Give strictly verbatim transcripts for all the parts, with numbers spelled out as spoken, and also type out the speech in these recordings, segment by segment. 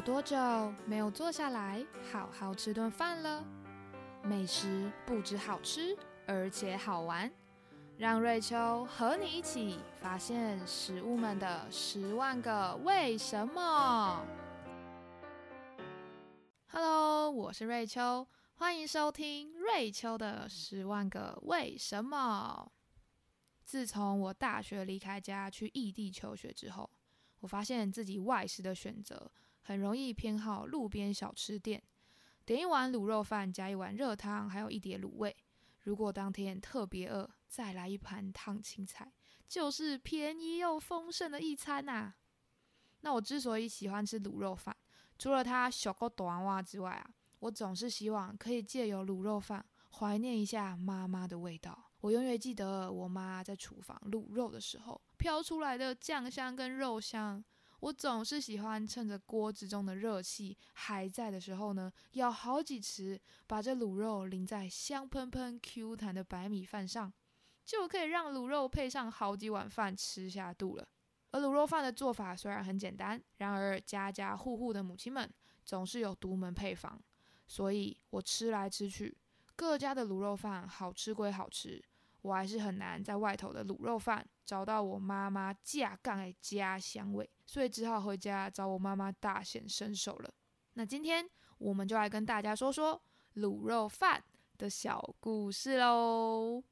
有多久没有坐下来好好吃顿饭了？美食不只好吃，而且好玩。让瑞秋和你一起发现食物们的十万个为什么。Hello， 我是瑞秋，欢迎收听瑞秋的十万个为什么。自从我大学离开家去异地求学之后，我发现自己外食的选择很容易偏好路边小吃店，点一碗卤肉饭加一碗热汤，还有一碟卤味。如果当天特别饿，再来一盘烫青菜，就是便宜又丰盛的一餐啊。那我之所以喜欢吃卤肉饭，除了它小够短袜之外啊，我总是希望可以借由卤肉饭怀念一下妈妈的味道。我永远记得我妈在厨房卤肉的时候飘出来的酱香跟肉香。我总是喜欢趁着锅之中的热气还在的时候呢，舀好几匙，把这卤肉淋在香喷喷 Q 弹的白米饭上，就可以让卤肉配上好几碗饭吃下肚了。而卤肉饭的做法虽然很简单，然而家家户户的母亲们总是有独门配方，所以我吃来吃去，各家的卤肉饭好吃归好吃，我还是很难在外头的卤肉饭找到我妈妈架杠的家乡味，所以只好回家找我妈妈大显身手了。那今天我们就来跟大家说说卤肉饭的小故事咯。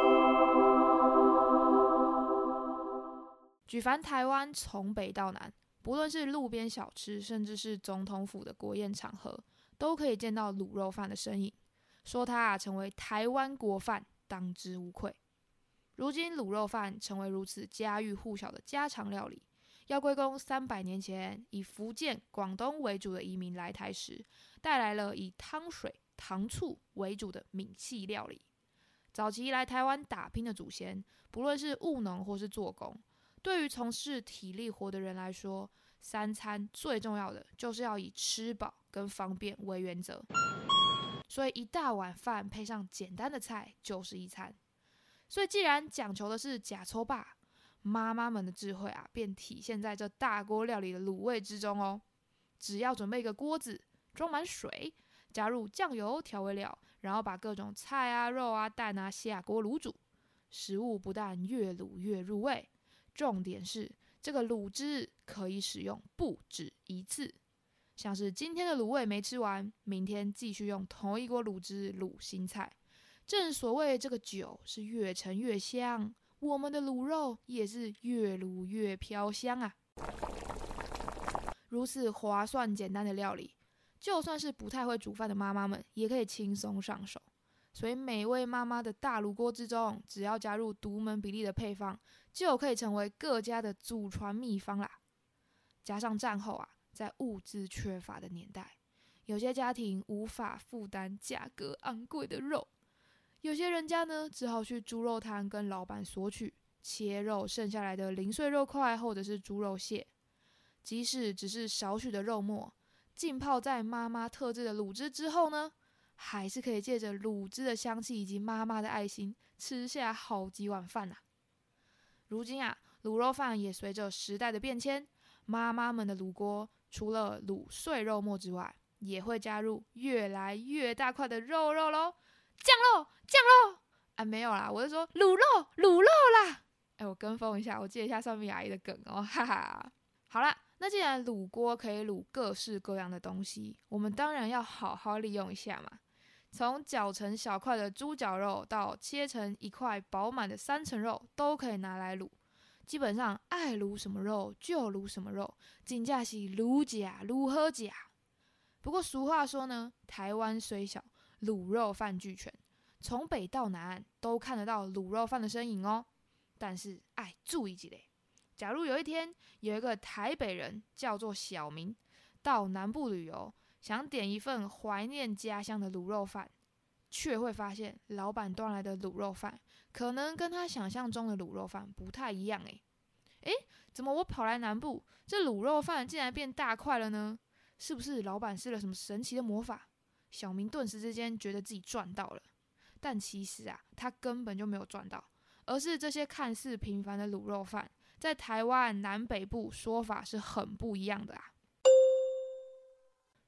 举凡台湾从北到南，不论是路边小吃，甚至是总统府的国宴场合，都可以见到卤肉饭的身影。说它啊成为台湾国饭，当之无愧。如今卤肉饭成为如此家喻户晓的家常料理，要归功三百年前以福建、广东为主的移民来台时，带来了以汤水、糖醋为主的闽系料理。早期来台湾打拼的祖先，不论是务农或是做工，对于从事体力活的人来说，三餐最重要的就是要以吃饱跟方便为原则。所以一大碗饭配上简单的菜就是一餐。所以既然讲求的是假粗霸，妈妈们的智慧啊，便体现在这大锅料理的卤味之中哦。只要准备一个锅子，装满水，加入酱油调味料，然后把各种菜啊、肉啊、蛋啊下锅卤煮。食物不但越卤越入味，重点是这个卤汁可以使用不止一次。像是今天的卤味没吃完，明天继续用同一锅卤汁卤新菜。正所谓这个酒是越陈越香，我们的卤肉也是越卤越飘香啊。如此划算简单的料理，就算是不太会煮饭的妈妈们也可以轻松上手。所以每位妈妈的大卤锅之中，只要加入独门比例的配方，就可以成为各家的祖传秘方啦。加上战后啊，在物资缺乏的年代，有些家庭无法负担价格昂贵的肉，有些人家呢只好去猪肉摊跟老板索取切肉剩下来的零碎肉块或者是猪肉屑。即使只是少许的肉末，浸泡在妈妈特制的卤汁之后呢，还是可以借着卤汁的香气以及妈妈的爱心，吃下好几碗饭啊。如今啊，卤肉饭也随着时代的变迁，妈妈们的卤锅除了卤碎肉末之外，也会加入越来越大块的肉肉咯。酱肉酱肉啊，没有啦，我是说卤肉卤肉啦。哎，我跟风一下，我接一下算命阿姨的梗哦，哈哈。好啦，那既然卤锅可以卤各式各样的东西，我们当然要好好利用一下嘛。从绞成小块的猪脚肉到切成一块饱满的三层肉，都可以拿来卤。基本上爱卤什么肉就卤什么肉，真的是卤假卤好假。不过俗话说呢，台湾虽小，卤肉饭俱全，从北到南都看得到卤肉饭的身影哦。但是爱注意一下，假如有一天有一个台北人叫做小明，到南部旅游，想点一份怀念家乡的卤肉饭，却会发现老板端来的卤肉饭可能跟他想象中的卤肉饭不太一样诶。诶，怎么我跑来南部，这卤肉饭竟然变大块了呢？是不是老板施了什么神奇的魔法？小明顿时之间觉得自己赚到了，但其实啊，他根本就没有赚到，而是这些看似平凡的卤肉饭，在台湾南北部说法是很不一样的啊。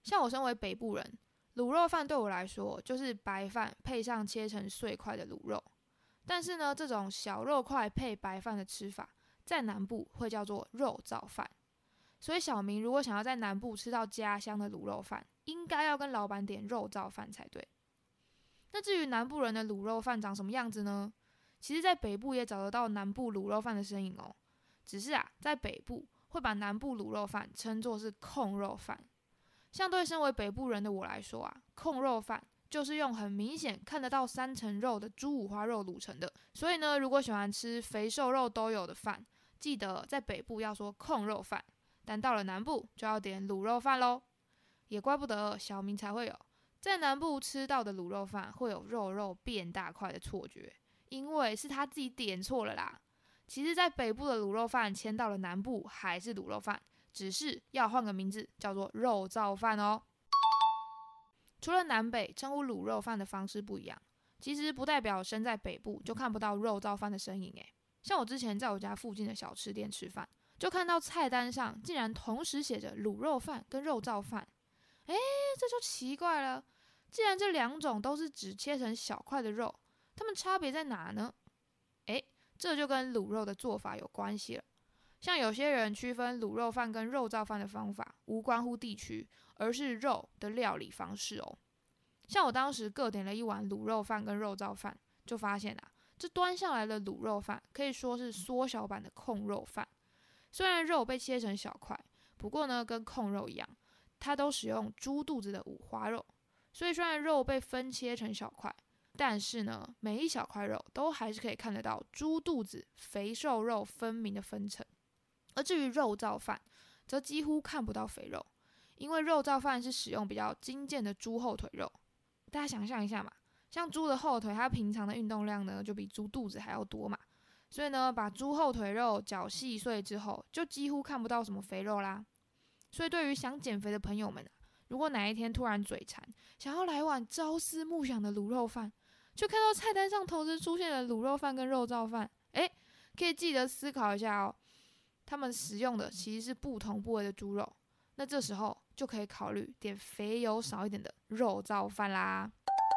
像我身为北部人，卤肉饭对我来说就是白饭配上切成碎块的卤肉。但是呢，这种小肉块配白饭的吃法，在南部会叫做肉燥饭。所以小明如果想要在南部吃到家乡的卤肉饭，应该要跟老板点肉燥饭才对。那至于南部人的卤肉饭长什么样子呢？其实在北部也找得到南部卤肉饭的身影哦。只是啊，在北部会把南部卤肉饭称作是控肉饭。像对身为北部人的我来说啊，控肉饭就是用很明显看得到三层肉的猪五花肉卤成的。所以呢，如果喜欢吃肥瘦肉都有的饭，记得在北部要说控肉饭，但到了南部就要点卤肉饭咯。也怪不得小明才会有在南部吃到的卤肉饭会有肉肉变大块的错觉，因为是他自己点错了啦。其实在北部的卤肉饭迁到了南部还是卤肉饭，只是要换个名字，叫做肉燥饭哦。除了南北称呼卤肉饭的方式不一样，其实不代表身在北部就看不到肉燥饭的身影诶。像我之前在我家附近的小吃店吃饭，就看到菜单上竟然同时写着卤肉饭跟肉燥饭。诶，这就奇怪了，既然这两种都是只切成小块的肉，它们差别在哪呢？诶，这就跟卤肉的做法有关系了。像有些人区分卤肉饭跟肉燥饭的方法无关乎地区，而是肉的料理方式哦。像我当时各点了一碗卤肉饭跟肉燥饭，就发现啊，这端上来的卤肉饭可以说是缩小版的控肉饭。虽然肉被切成小块，不过呢，跟控肉一样，它都使用猪肚子的五花肉，所以虽然肉被分切成小块，但是呢，每一小块肉都还是可以看得到猪肚子肥瘦肉分明的分层。而至于肉燥饭，则几乎看不到肥肉，因为肉燥饭是使用比较精简的猪后腿肉。大家想象一下嘛，像猪的后腿，它平常的运动量呢就比猪肚子还要多嘛，所以呢，把猪后腿肉搅细碎之后，就几乎看不到什么肥肉啦。所以对于想减肥的朋友们啊，如果哪一天突然嘴馋，想要来碗朝思暮想的卤肉饭，就看到菜单上同时出现了卤肉饭跟肉燥饭，诶，可以记得思考一下哦，他们使用的其实是不同部位的猪肉，那这时候就可以考虑点肥油少一点的肉燥饭啦。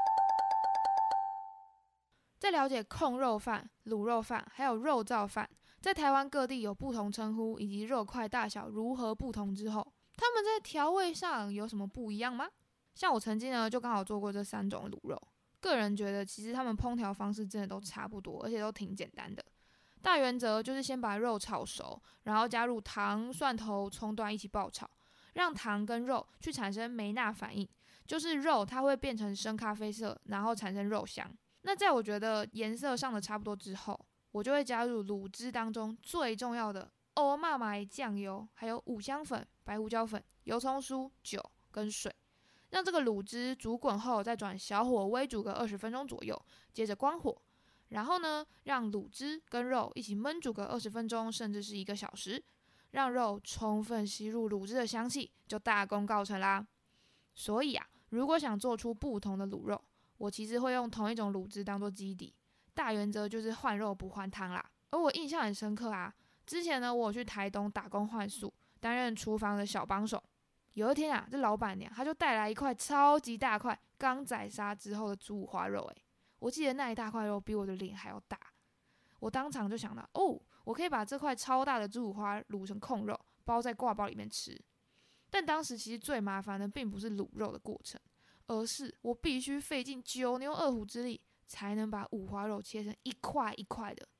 在了解控肉饭、卤肉饭还有肉燥饭在台湾各地有不同称呼以及肉块大小如何不同之后，他们在调味上有什么不一样吗？像我曾经呢就刚好做过这三种卤肉，个人觉得其实他们烹调方式真的都差不多，而且都挺简单的。大原则就是先把肉炒熟，然后加入糖、蒜头、葱段一起爆炒，让糖跟肉去产生梅纳反应，就是肉它会变成深咖啡色，然后产生肉香。那在我觉得颜色上的差不多之后，我就会加入卤汁当中最重要的欧妈妈酱油，还有五香粉、白胡椒粉、油葱酥、酒跟水，让这个卤汁煮滚后，再转小火煨煮个二十分钟左右，接着关火，然后呢，让卤汁跟肉一起焖煮个二十分钟，甚至是一个小时，让肉充分吸入卤汁的香气，就大功告成啦。所以啊，如果想做出不同的卤肉，我其实会用同一种卤汁当做基底，大原则就是换肉不换汤啦。而我印象很深刻啊，之前呢，我有去台东打工换宿，担任厨房的小帮手。有一天啊，这老板娘她就带来一块超级大块刚宰杀之后的猪五花肉，诶，我记得那一大块肉比我的脸还要大。我当场就想到，哦，我可以把这块超大的猪五花卤成控肉，包在挂包里面吃。但当时其实最麻烦的并不是卤肉的过程，而是我必须费尽九牛二虎之力，才能把五花肉切成一块一块的。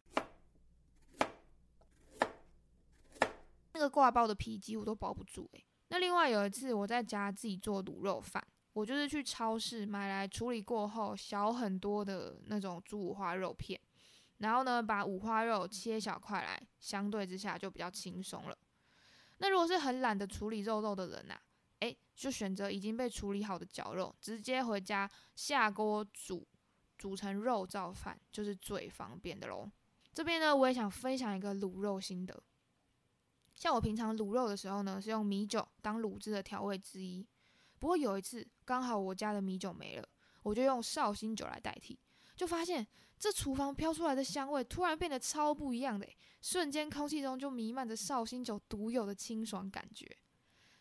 那个挂包的皮几乎都包不住欸。那另外有一次我在家自己做卤肉饭，我就是去超市买来处理过后小很多的那种猪五花肉片，然后呢把五花肉切小块来，相对之下就比较轻松了。那如果是很懒得处理肉肉的人啊，诶，就选择已经被处理好的绞肉，直接回家下锅煮，煮成肉燥饭，就是最方便的咯。这边呢，我也想分享一个卤肉心得。像我平常卤肉的时候呢，是用米酒当卤汁的调味之一。不过有一次，刚好我家的米酒没了，我就用绍兴酒来代替，就发现这厨房飘出来的香味突然变得超不一样的，瞬间空气中就弥漫着绍兴酒独有的清爽感觉。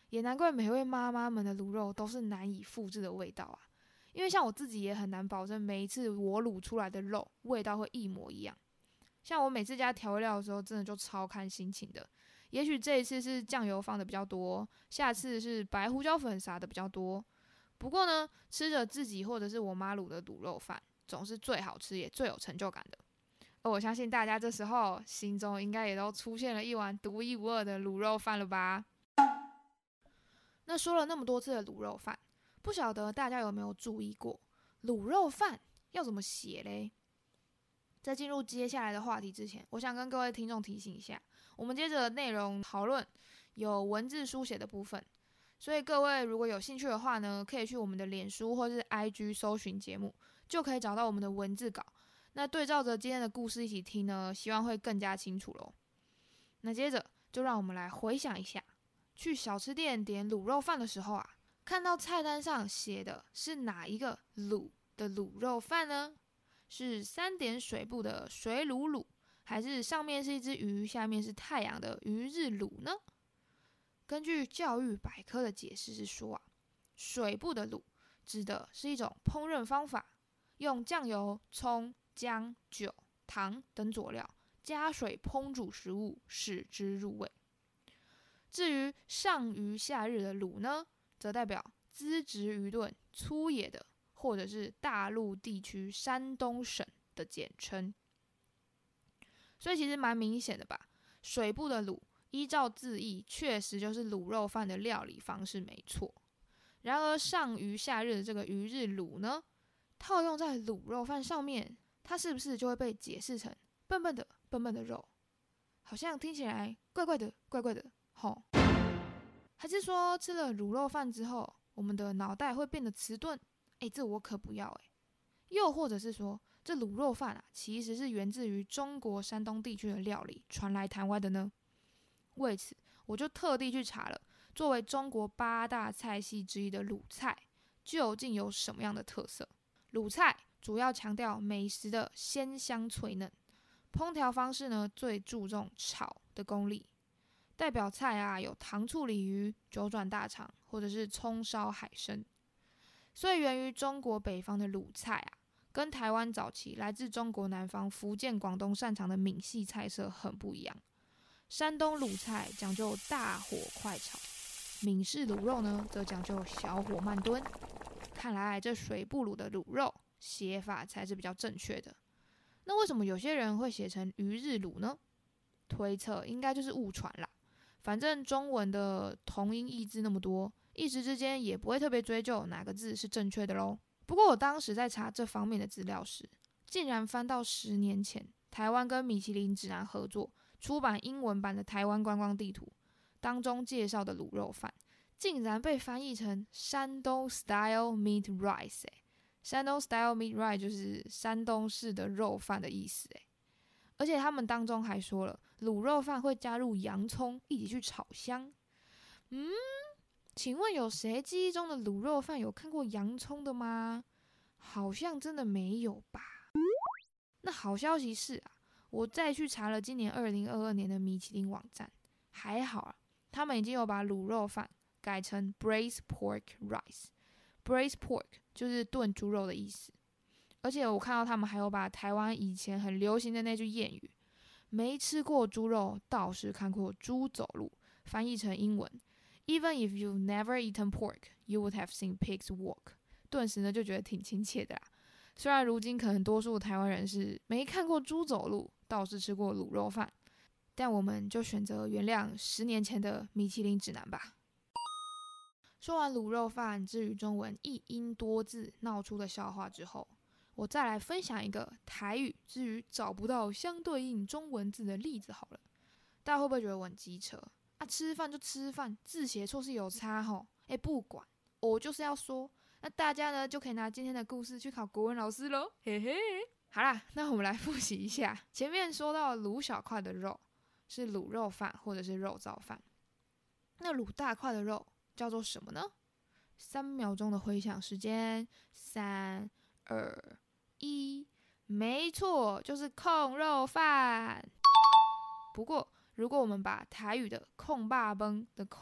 也难怪每位妈妈们的卤肉都是难以复制的味道啊。因为像我自己也很难保证每一次我卤出来的肉味道会一模一样。像我每次加调味料的时候，真的就超看心情的。也许这一次是酱油放的比较多，下次是白胡椒粉撒的比较多。不过呢，吃着自己或者是我妈卤的卤肉饭，总是最好吃也最有成就感的。而我相信大家这时候心中应该也都出现了一碗独一无二的卤肉饭了吧？那说了那么多次的卤肉饭，不晓得大家有没有注意过，卤肉饭要怎么写嘞？在进入接下来的话题之前，我想跟各位听众提醒一下，我们接着内容讨论有文字书写的部分，所以各位如果有兴趣的话呢，可以去我们的脸书或是 I G 搜寻节目，就可以找到我们的文字稿。那对照着今天的故事一起听呢，希望会更加清楚咯。那接着就让我们来回想一下，去小吃店点卤肉饭的时候啊，看到菜单上写的是哪一个卤的卤肉饭呢？是三点水部的水卤卤，还是上面是一只鱼，下面是太阳的鱼日卤呢？根据教育百科的解释是说啊，水部的卤指的是一种烹饪方法，用酱油、葱、姜、酒、糖等佐料加水烹煮食物，使之入味。至于上鱼下日的卤呢，则代表资质愚钝、粗野的，或者是大陆地区山东省的简称。所以其实蛮明显的吧，水部的卤依照字义确实就是卤肉饭的料理方式没错。然而上鱼下日的这个鱼日卤呢，套用在卤肉饭上面，它是不是就会被解释成笨笨的笨笨的肉？好像听起来怪怪的怪怪的吼。还是说吃了卤肉饭之后，我们的脑袋会变得迟钝？哎，这我可不要哎。又或者是说，这卤肉饭啊，其实是源自于中国山东地区的料理传来台湾的呢？为此，我就特地去查了，作为中国八大菜系之一的鲁菜，究竟有什么样的特色？鲁菜主要强调美食的鲜香脆嫩，烹调方式呢最注重炒的功力。代表菜啊有糖醋鲤鱼、九转大肠，或者是葱烧海参。所以源于中国北方的鲁菜啊，跟台湾早期来自中国南方福建、广东擅长的闽系菜色很不一样。山东鲁菜讲究大火快炒，闽式卤肉呢则讲究小火慢炖。看来这水部卤的卤肉写法才是比较正确的。那为什么有些人会写成鱼日卤呢？推测应该就是误传啦。反正中文的同音异字那么多，一时之间也不会特别追究哪个字是正确的咯。不过我当时在查这方面的资料时，竟然翻到十年前台湾跟米其林指南合作出版英文版的台湾观光地图，当中介绍的卤肉饭竟然被翻译成山东 style meat rice、欸、山东 style meat rice 就是山东式的肉饭的意思、欸、而且他们当中还说了卤肉饭会加入洋葱一起去炒香。嗯，请问有谁记忆中的卤肉饭有看过洋葱的吗？好像真的没有吧。那好消息是啊，我再去查了今年二零二二年的米其林网站，还好啊，他们已经有把卤肉饭改成 braised pork rice。braised pork 就是炖猪肉的意思。而且我看到他们还有把台湾以前很流行的那句谚语没吃过猪肉倒是看过猪走路翻译成英文 Even if you've never eaten pork, you would have seen pigs walk。 顿时呢就觉得挺亲切的啦。虽然如今可能多数台湾人是没看过猪走路，倒是吃过卤肉饭，但我们就选择原谅十年前的米其林指南吧。说完卤肉饭至于中文一音多字闹出的笑话之后，我再来分享一个台语至于找不到相对应中文字的例子好了。大家会不会觉得我很机车啊？吃饭就吃饭，字写错是有差吼。哎，不管，我就是要说。那大家呢就可以拿今天的故事去考国文老师咯，嘿嘿。好啦，那我们来复习一下。前面说到卤小块的肉是卤肉饭或者是肉燥饭，那卤大块的肉叫做什么呢？三秒钟的回想时间，三二一，没错，就是控肉饭。不过如果我们把台语的控霸崩的控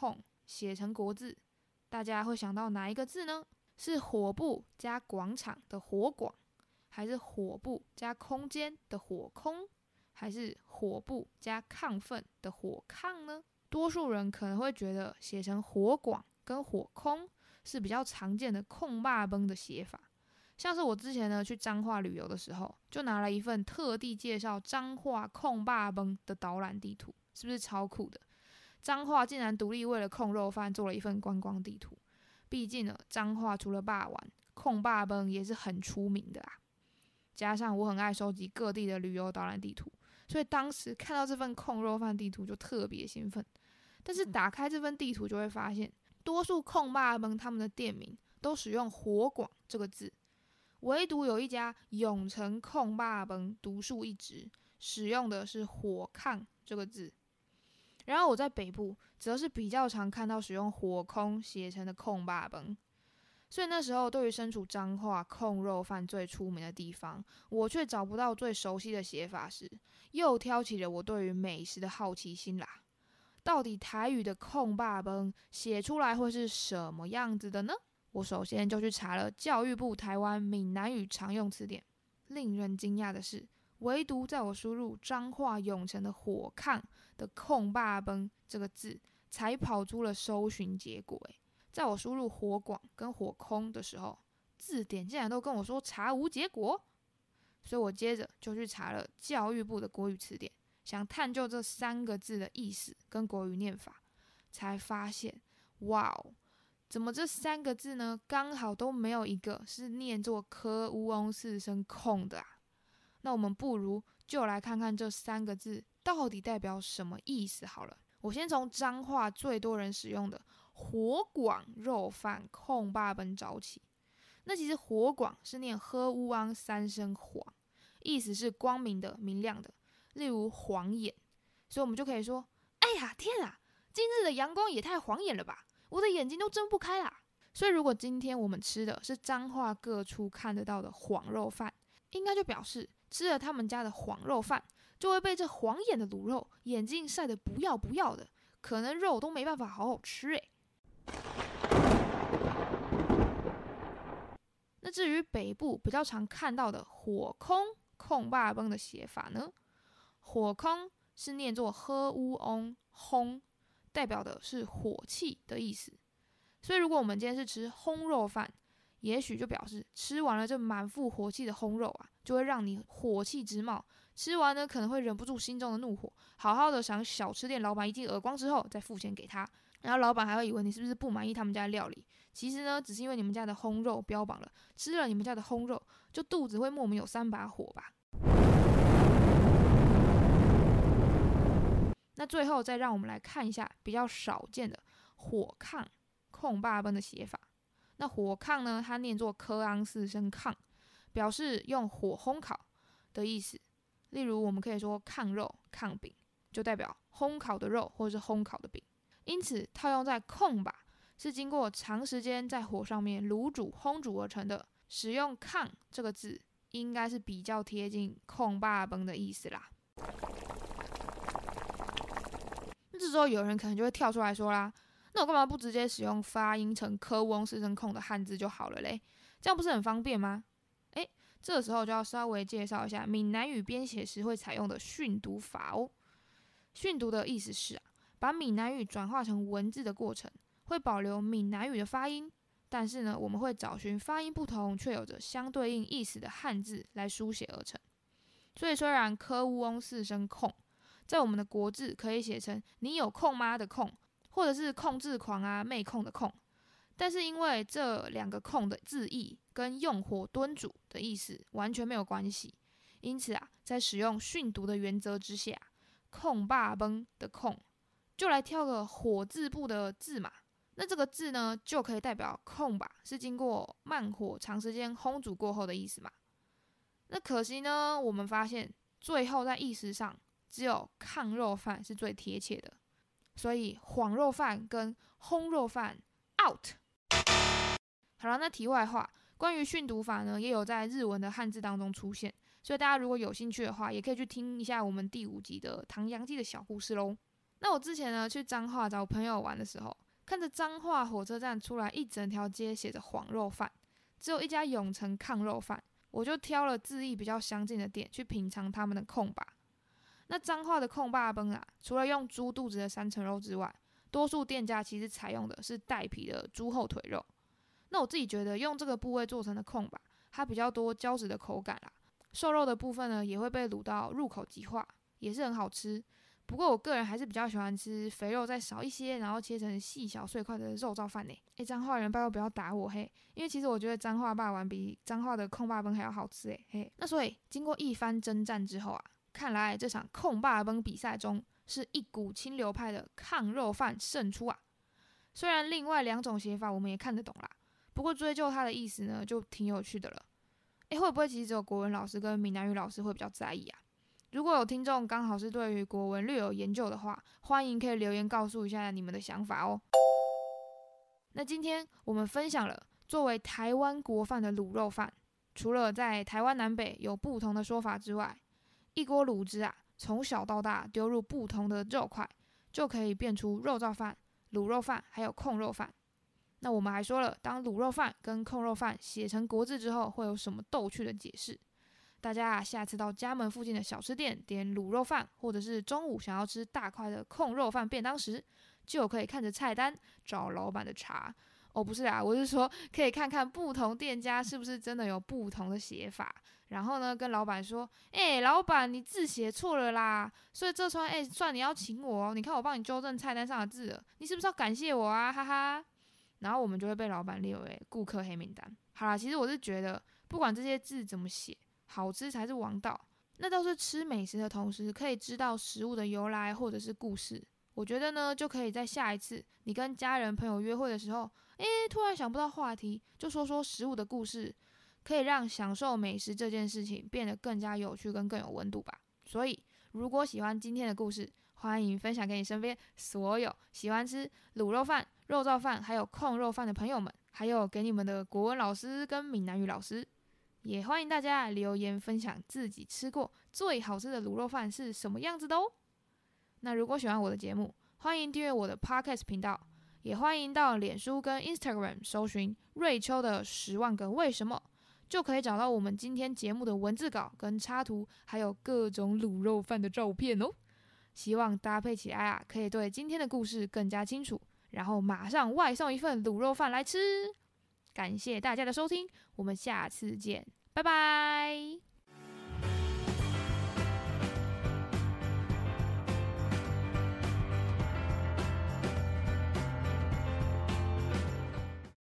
写成国字，大家会想到哪一个字呢？是火部加广场的火广，还是火部加空间的火空，还是火部加亢奋的火亢呢？多数人可能会觉得写成火广跟火空是比较常见的控霸崩的写法。像是我之前呢去彰化旅游的时候，就拿了一份特地介绍彰化控霸崩的导览地图，是不是超酷的？彰化竟然独立为了控肉饭做了一份观光地图。毕竟呢，彰化除了霸王，控霸崩也是很出名的啊。加上我很爱收集各地的旅游导览地图，所以当时看到这份控肉饭地图就特别兴奋。但是打开这份地图就会发现，多数控霸崩他们的店名都使用火广这个字，唯独有一家永城控霸崩独树一帜，使用的是火亢这个字。然后我在北部则是比较常看到使用火空写成的控霸崩。所以那时候对于身处彰化控肉饭最出名的地方，我却找不到最熟悉的写法时，又挑起了我对于美食的好奇心啦。到底台语的控霸崩写出来会是什么样子的呢？我首先就去查了教育部台湾闽南语常用词典。令人惊讶的是，唯独在我输入彰化永城的火亢的控霸崩这个字，才跑出了搜寻结果。欸在我输入火广跟火空的时候，字典竟然都跟我说查无结果。所以我接着就去查了教育部的国语词典，想探究这三个字的意思跟国语念法，才发现，哇哦，怎么这三个字呢，刚好都没有一个是念作科乌翁四声空的啊？那我们不如就来看看这三个字到底代表什么意思好了。我先从彰化最多人使用的火广肉饭控霸崩找起。那其实火广是念喝乌昂三声黄，意思是光明的、明亮的，例如晃眼。所以我们就可以说，哎呀天啊，今日的阳光也太晃眼了吧，我的眼睛都睁不开啦。所以如果今天我们吃的是彰化各处看得到的晃肉饭，应该就表示吃了他们家的晃肉饭，就会被这晃眼的卤肉眼睛晒得不要不要的，可能肉都没办法好好吃诶。那至于北部比较常看到的火空控霸崩的写法呢？火空是念作喝乌翁轰，代表的是火气的意思。所以如果我们今天是吃烘肉饭，也许就表示吃完了这满腹火气的烘肉啊，就会让你火气直冒。吃完呢，可能会忍不住心中的怒火，好好的赏小吃店老板一记耳光之后，再付钱给他。然后老板还会以为你是不是不满意他们家的料理，其实呢，只是因为你们家的烘肉标榜了，吃了你们家的烘肉，就肚子会莫名有三把火吧。那最后再让我们来看一下比较少见的火亢控霸崩的写法。那火亢呢，它念作科昂四声亢，表示用火烘烤的意思。例如我们可以说亢肉、亢饼，就代表烘烤的肉或是烘烤的饼。因此套用在控吧，是经过长时间在火上面卤煮烘煮而成的，使用亢这个字应该是比较贴近控霸崩的意思啦。这时候有人可能就会跳出来说啦，那我干嘛不直接使用发音成科翁四声控的汉字就好了嘞？这样不是很方便吗？诶，这时候就要稍微介绍一下闽南语编写时会采用的训读法哦。训读的意思是啊，把闽南语转化成文字的过程，会保留闽南语的发音，但是呢，我们会找寻发音不同却有着相对应意思的汉字来书写而成。所以虽然科乌翁四声控，在我们的国字可以写成你有空吗的空，或者是控制狂啊妹控的控，但是因为这两个控的字义跟用火炖煮的意思完全没有关系，因此啊，在使用训读的原则之下，控霸崩的控就来挑个火字部的字嘛。那这个字呢，就可以代表控吧，是经过慢火长时间烘煮过后的意思嘛。那可惜呢，我们发现最后在意思上，只有抗肉饭是最贴切的，所以晃肉饭跟烘肉饭 out。好了，那题外话，关于训读法呢，也有在日文的汉字当中出现，所以大家如果有兴趣的话，也可以去听一下我们第五集的唐扬鸡的小故事咯。那我之前呢去彰化找朋友玩的时候， 看着彰化火车站出来一整条街写着晃肉饭，只有一家永城炕肉饭，我就挑了字义比较相近的店去品尝他们的炕吧。那彰化的炕霸崩啊，除了用猪肚子的三层肉之外，多数店家其实采用的是带皮的猪后腿肉。那我自己觉得用这个部位做成的炕吧，它比较多胶质的口感啦，瘦肉的部分呢也会被卤到入口即化，也是很好吃。不过我个人还是比较喜欢吃肥肉再少一些，然后切成细小碎块的肉燥饭呢。诶，彰化人拜托不要打我嘿，因为其实我觉得彰化霸王比彰化的炕霸崩还要好吃诶嘿。那所以经过一番征战之后啊，看来这场炕霸崩比赛中是一股清流派的炕肉饭胜出啊。虽然另外两种写法我们也看得懂啦，不过追究它的意思呢就挺有趣的了。诶，会不会其实只有国文老师跟闽南语老师会比较在意啊？如果有听众刚好是对于国文略有研究的话，欢迎可以留言告诉一下你们的想法哦。那今天我们分享了作为台湾国饭的卤肉饭，除了在台湾南北有不同的说法之外，一锅卤汁啊，从小到大丢入不同的肉块，就可以变出肉燥饭、卤肉饭还有控肉饭。那我们还说了，当卤肉饭跟控肉饭写成国字之后，会有什么逗趣的解释？大家啊，下次到家门附近的小吃店点卤肉饭，或者是中午想要吃大块的控肉饭便当时，就可以看着菜单找老板的茬。哦，不是啊，我是说可以看看不同店家是不是真的有不同的写法，然后呢跟老板说，哎、欸，老板你字写错了啦，所以这串哎、欸、算你要请我哦，你看我帮你纠正菜单上的字了，你是不是要感谢我啊，哈哈。然后我们就会被老板列为顾客黑名单。好啦，其实我是觉得不管这些字怎么写，好吃才是王道。那都是吃美食的同时，可以知道食物的由来或者是故事。我觉得呢，就可以在下一次你跟家人朋友约会的时候，诶，突然想不到话题，就说说食物的故事，可以让享受美食这件事情变得更加有趣跟更有温度吧。所以，如果喜欢今天的故事，欢迎分享给你身边所有喜欢吃卤肉饭、肉燥饭还有控肉饭的朋友们，还有给你们的国文老师跟闽南语老师。也欢迎大家留言分享自己吃过最好吃的卤肉饭是什么样子的哦。那如果喜欢我的节目，欢迎订阅我的 Podcast 频道，也欢迎到脸书跟 Instagram 搜寻瑞秋的十万个为什么，就可以找到我们今天节目的文字稿跟插图，还有各种卤肉饭的照片哦。希望搭配起来啊，可以对今天的故事更加清楚，然后马上外送一份卤肉饭来吃。感谢大家的收听，我们下次见，拜拜。